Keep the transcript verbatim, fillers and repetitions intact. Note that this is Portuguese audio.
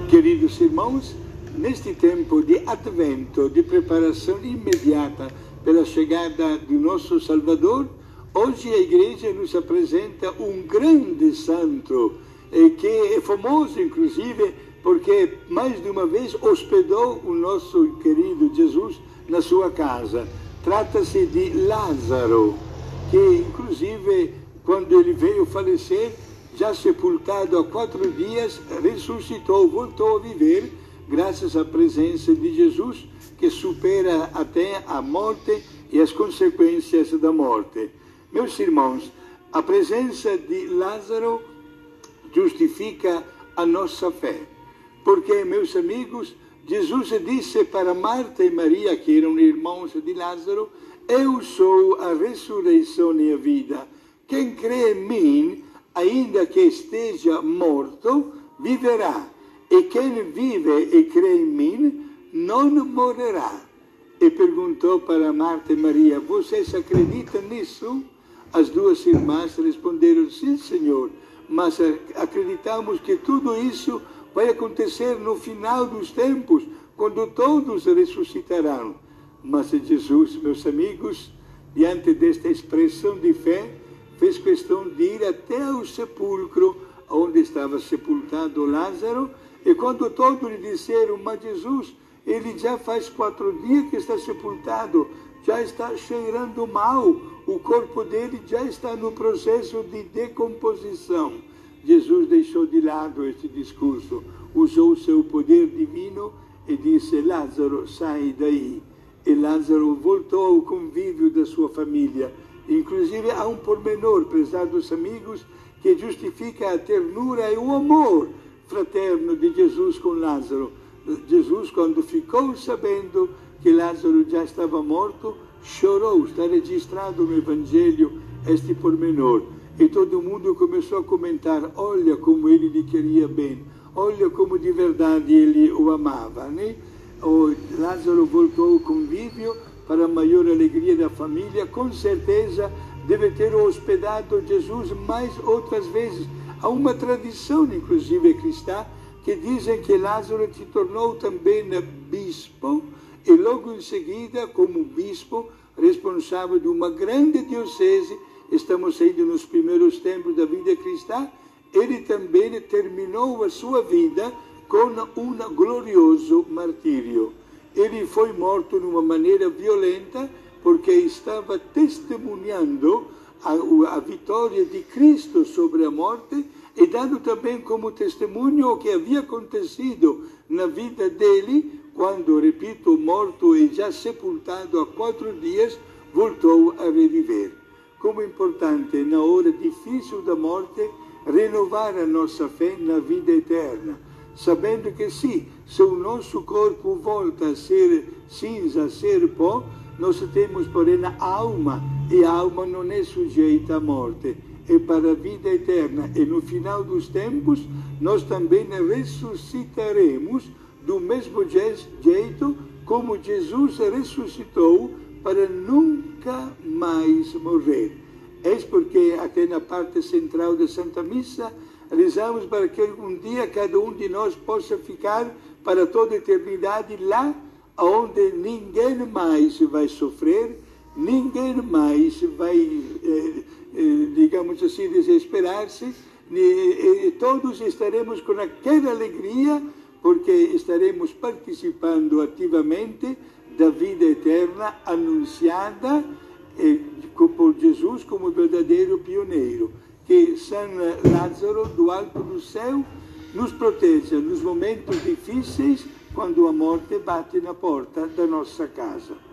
Queridos irmãos, neste tempo de advento, de preparação imediata pela chegada do nosso Salvador, hoje a Igreja nos apresenta um grande santo, eh, que é famoso, inclusive, porque mais de uma vez hospedou o nosso querido Jesus na sua casa. Trata-se de Lázaro, que inclusive, quando ele veio falecer, já sepultado há quatro dias, ressuscitou, voltou a viver, graças à presença de Jesus, que supera até a morte e as consequências da morte. Meus irmãos, a presença de Lázaro justifica a nossa fé. Porque, meus amigos, Jesus disse para Marta e Maria, que eram irmãos de Lázaro: eu sou a ressurreição e a vida. Quem crê em mim, ainda que esteja morto, viverá. E quem vive e crê em mim, não morrerá. E perguntou para Marta e Maria: vocês acreditam nisso? As duas irmãs responderam: sim, Senhor, mas acreditamos que tudo isso vai acontecer no final dos tempos, quando todos ressuscitarão. Mas Jesus, meus amigos, diante desta expressão de fé, fez questão de ir até ao sepulcro onde estava sepultado Lázaro, e quando todos lhe disseram: mas Jesus, ele já faz quatro dias que está sepultado, já está cheirando mal, o corpo dele já está no processo de decomposição. Jesus deixou de lado este discurso, usou o seu poder divino e disse: Lázaro, sai daí. E Lázaro voltou ao convívio da sua família. Inclusive há um pormenor, prezados amigos, que justifica a ternura e o amor fraterno de Jesus com Lázaro. Jesus, quando ficou sabendo que Lázaro já estava morto, chorou. Está registrado no Evangelho este pormenor. E todo mundo começou a comentar: olha como ele lhe queria bem, olha como de verdade ele o amava, né? O Lázaro voltou ao convívio para a maior alegria da família. Com certeza deve ter hospedado Jesus mais outras vezes. Há uma tradição, inclusive cristã, que dizem que Lázaro se tornou também bispo e logo em seguida, como bispo, responsável de uma grande diocese. Estamos ainda nos primeiros tempos da vida cristã. Ele também terminou a sua vida com um glorioso martírio. Ele foi morto de uma maneira violenta porque estava testemunhando a, a vitória de Cristo sobre a morte e dando também como testemunho o que havia acontecido na vida dele quando, repito, morto e já sepultado há quatro dias, voltou a reviver. Como é importante, na hora difícil da morte, renovar a nossa fé na vida eterna, sabendo que sim, se o nosso corpo volta a ser cinza, a ser pó, nós temos, porém, a alma, e a alma não é sujeita à morte, é para a vida eterna. E no final dos tempos, nós também ressuscitaremos do mesmo jeito como Jesus ressuscitou, para nunca mais morrer. Eis porque, até na parte central da Santa Missa, rezamos para que algum dia cada um de nós possa ficar para toda a eternidade lá onde ninguém mais vai sofrer, ninguém mais vai, eh, eh, digamos assim, desesperar-se, e, e todos estaremos com aquela alegria, porque estaremos participando ativamente da vida eterna anunciada eh, por Jesus como verdadeiro pioneiro. Que São Lázaro, do alto do céu, nos proteja nos momentos difíceis, quando a morte bate na porta da nossa casa.